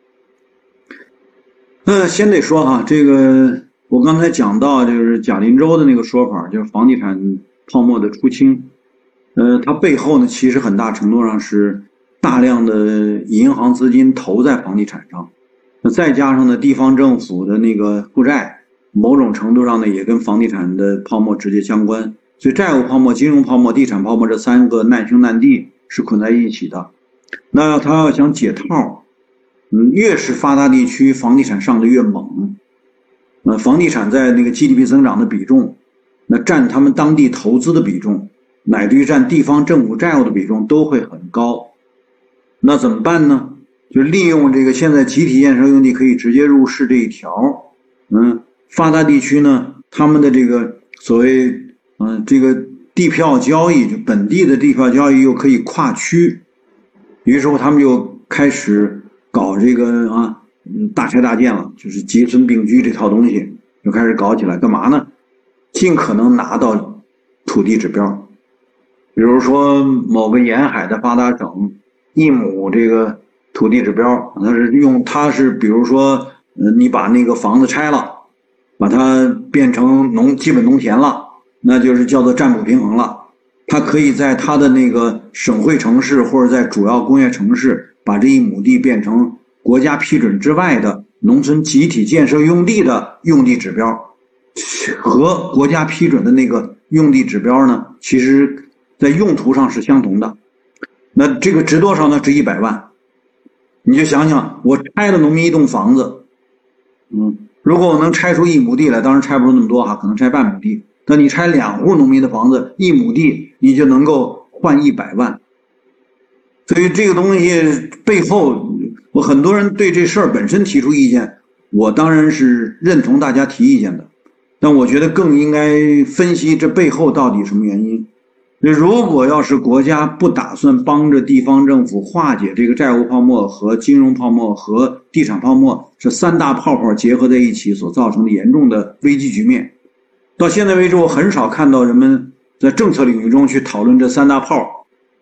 先得说哈，这个我刚才讲到就是贾林州的那个说法，就是房地产泡沫的出清，它背后呢其实很大程度上是大量的银行资金投在房地产上，再加上呢地方政府的那个负债，某种程度上呢也跟房地产的泡沫直接相关，所以债务泡沫、金融泡沫、地产泡沫这三个难兄难弟是捆在一起的。那他要想解套，越是发达地区房地产上的越猛，房地产在那个 GDP 增长的比重，那占他们当地投资的比重，乃至于占地方政府债务的比重都会很高。那怎么办呢？就利用这个现在集体建设用地可以直接入市这一条，发达地区呢，他们的这个所谓这个地票交易，就本地的地票交易又可以跨区，于是乎他们就开始搞这个大拆大建了，就是结村并居这套东西就开始搞起来，干嘛呢？尽可能拿到土地指标，比如说某个沿海的发达省1亩这个土地指标，它是比如说你把那个房子拆了，把它变成基本农田了，那就是叫做占卜平衡了。它可以在它的那个省会城市或者在主要工业城市，把这1亩地变成国家批准之外的农村集体建设用地的用地指标，和国家批准的那个用地指标呢，其实在用途上是相同的。那这个值多少呢？值100万。你就想想，我拆了农民一栋房子，如果我能拆出1亩地来，当然拆不出那么多可能拆半亩地。那你拆2户农民的房子，1亩地你就能够换100万。所以这个东西背后，我很多人对这事儿本身提出意见，我当然是认同大家提意见的，但我觉得更应该分析这背后到底什么原因。如果要是国家不打算帮着地方政府化解这个债务泡沫和金融泡沫和地产泡沫这3大泡泡结合在一起所造成的严重的危机局面，到现在为止我很少看到人们在政策领域中去讨论这3大泡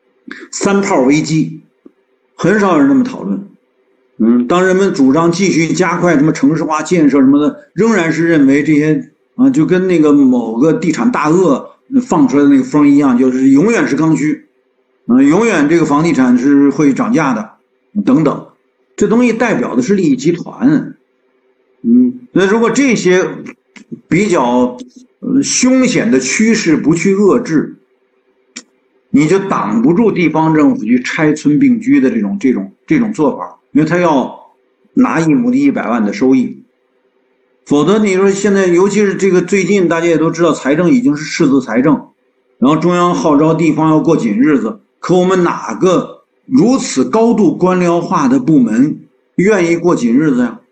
，3泡危机，很少有人那么讨论。当人们主张继续加快什么城市化建设什么的，仍然是认为这些就跟那个某个地产大鳄放出来的那个风一样，就是永远是刚需，永远这个房地产是会涨价的，等等，这东西代表的是利益集团。那如果这些比较凶险的趋势不去遏制，你就挡不住地方政府去拆村并居的这种做法，因为他要拿1亩地100万的收益。否则你说现在尤其是这个最近大家也都知道财政已经是赤字财政，然后中央号召地方要过紧日子，可我们哪个如此高度官僚化的部门愿意过紧日子呀？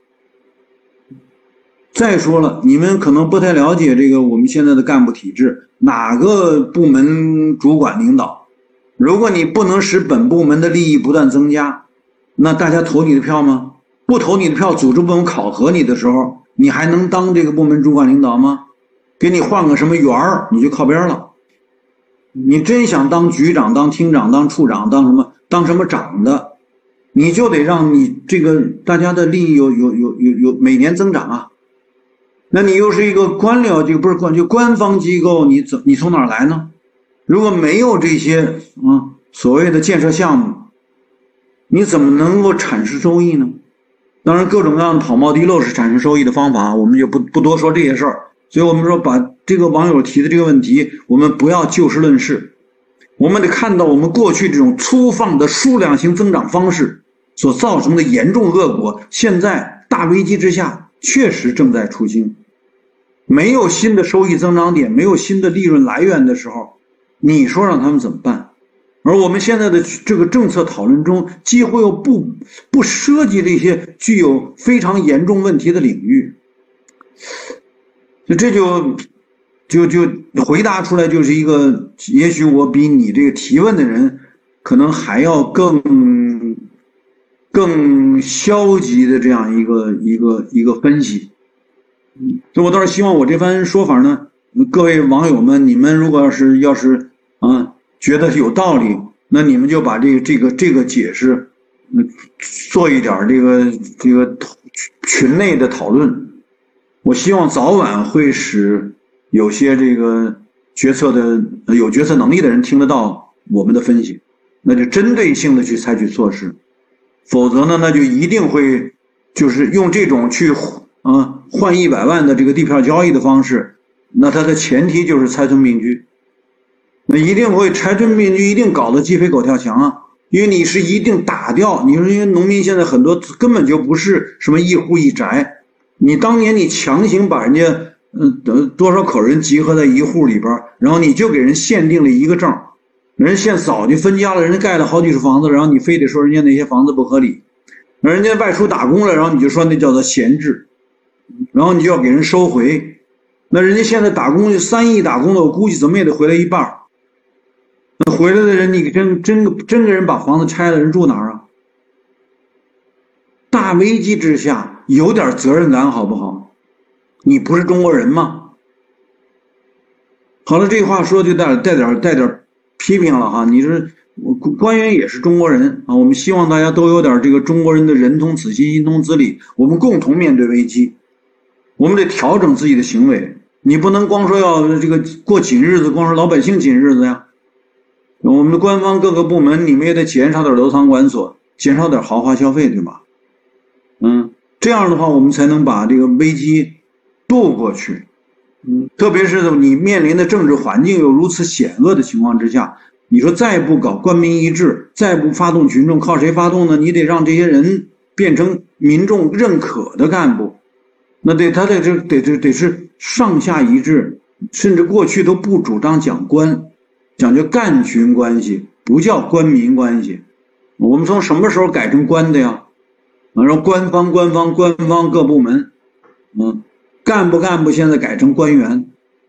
再说了，你们可能不太了解这个我们现在的干部体制，哪个部门主管领导，如果你不能使本部门的利益不断增加，那大家投你的票吗？不投你的票，组织部门考核你的时候，你还能当这个部门主管领导吗？给你换个什么员儿，你就靠边了。你真想当局长、当厅长、当处长、当什么长的，你就得让你这个大家的利益有每年增长啊。那你又是一个官僚，就不是就官方机构，你从哪儿来呢？如果没有这些所谓的建设项目，你怎么能够产生收益呢？当然各种各样的跑冒滴漏是产生收益的方法，我们就不多说这些事儿。所以我们说把这个网友提的这个问题，我们不要就事论事，我们得看到我们过去这种粗放的数量型增长方式所造成的严重恶果，现在大危机之下确实正在出清。没有新的收益增长点，没有新的利润来源的时候，你说让他们怎么办？ 而我们现在的这个政策讨论中，几乎又不涉及这些具有非常严重问题的领域，这就回答出来就是一个，也许我比你这个提问的人可能还要更消极的这样一个分析。所以我倒是希望我这番说法呢，各位网友们，你们如果要是觉得有道理，那你们就把这个解释，做一点这个群内的讨论。我希望早晚会使有些这个有决策能力的人听得到我们的分析，那就针对性的去采取措施，否则呢，那就一定会就是用这种去换100万的这个地票交易的方式，那它的前提就是拆村并居，那一定会拆村并居，一定搞得鸡飞狗跳墙啊！因为你是一定打掉，你说因为农民现在很多根本就不是什么一户一宅，你当年你强行把人家多少口人集合在一户里边，然后你就给人限定了一个证，人现在早就分家了，人家盖了好几处房子，然后你非得说人家那些房子不合理，人家外出打工了，然后你就说那叫做闲置，然后你就要给人收回，那人家现在打工就3亿打工的，我估计怎么也得回来一半，那回来的人你真给人把房子拆了，人住哪儿啊？大危机之下有点责任感好不好？你不是中国人吗？好了，这话说就带点批评了哈。你说官员也是中国人啊，我们希望大家都有点这个中国人的人同此心，心同此理，我们共同面对危机，我们得调整自己的行为。你不能光说要这个过紧日子，光说老百姓紧日子呀。我们的官方各个部门，你们也得减少点楼堂馆所，减少点豪华消费，对吧？这样的话，我们才能把这个危机渡过去。特别是你面临的政治环境又如此险恶的情况之下，你说再不搞官民一致，再不发动群众，靠谁发动呢？你得让这些人变成民众认可的干部，那他得是上下一致，甚至过去都不主张讲官，讲究干群关系，不叫官民关系。我们从什么时候改成官的呀？然后官方各部门，干部现在改成官员。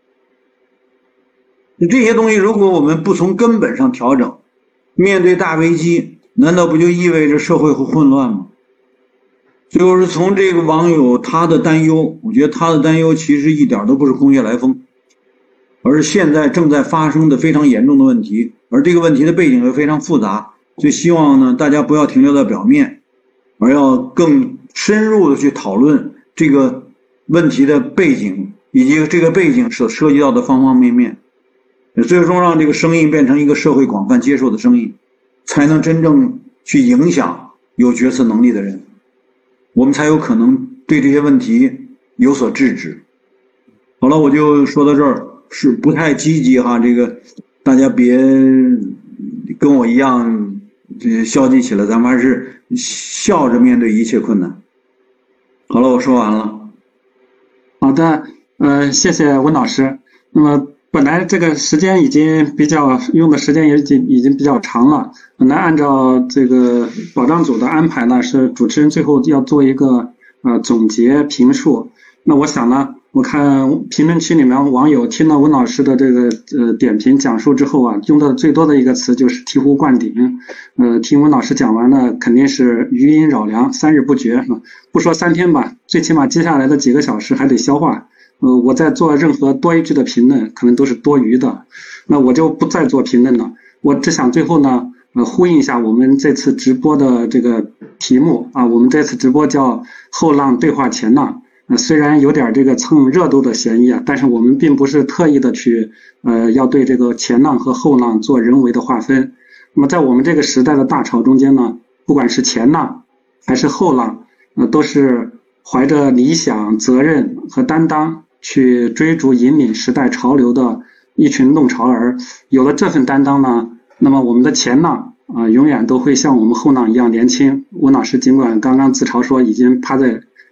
这些东西如果我们不从根本上调整，面对大危机，难道不就意味着社会会混乱吗？就是从这个网友他的担忧，我觉得他的担忧其实一点都不是空穴来风，而是现在正在发生的非常严重的问题，而这个问题的背景又非常复杂，所以希望呢大家不要停留在表面，而要更深入的去讨论这个问题的背景，以及这个背景所涉及到的方方面面，最终让这个声音变成一个社会广泛接受的声音，才能真正去影响有决策能力的人，我们才有可能对这些问题有所制止。好了，我就说到这儿，是不太积极哈，这个大家别跟我一样消极起来，咱们还是笑着面对一切困难。好了，我说完了。 好的，谢谢温老师。那么本来这个时间已经用的时间已经比较长了，本来按照这个保障组的安排呢，是主持人最后要做一个总结评述。那我想呢，我看评论区里面网友听了温老师的这个点评讲述之后啊，用的最多的一个词就是醍醐灌顶。听温老师讲完了，肯定是余音绕梁，3日不绝。不说3天吧，最起码接下来的几个小时还得消化。我在做任何多一句的评论，可能都是多余的。那我就不再做评论了。我只想最后呢，呼应一下我们这次直播的这个题目啊，我们这次直播叫后浪对话前浪。虽然有点这个蹭热度的嫌疑啊，但是我们并不是特意的去要对这个前浪和后浪做人为的划分。那么在我们这个时代的大潮中间呢，不管是前浪还是后浪，都是怀着理想、责任和担当去追逐引领时代潮流的一群弄潮儿。有了这份担当呢，那么我们的前浪永远都会像我们后浪一样年轻。温老师尽管刚刚自嘲说已经趴在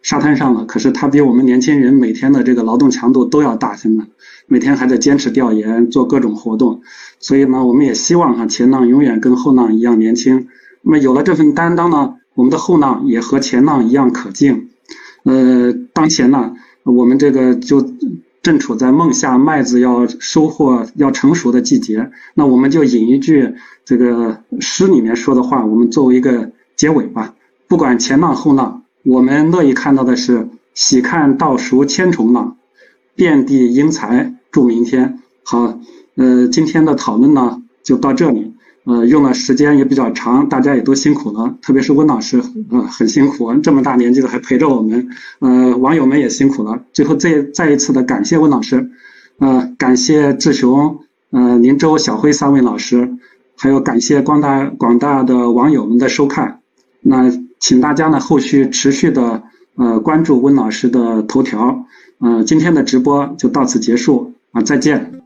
沙滩上了，可是他比我们年轻人每天的这个劳动强度都要大，现在每天还得坚持调研，做各种活动。所以呢，我们也希望前浪永远跟后浪一样年轻。那么有了这份担当呢，我们的后浪也和前浪一样可敬。当前呢，我们这个就正处在孟夏麦子要收获要成熟的季节，那我们就引一句这个诗里面说的话，我们作为一个结尾吧。不管前浪后浪，我们乐意看到的是喜看倒数千重浪，遍地英才祝明天。好，今天的讨论呢就到这里。用了时间也比较长，大家也都辛苦了，特别是温老师，很辛苦，这么大年纪了还陪着我们，网友们也辛苦了。最后再一次的感谢温老师，感谢志雄、林周、小辉3位老师，还有感谢广大的网友们的收看。那请大家呢后续持续的关注温老师的头条。今天的直播就到此结束，再见。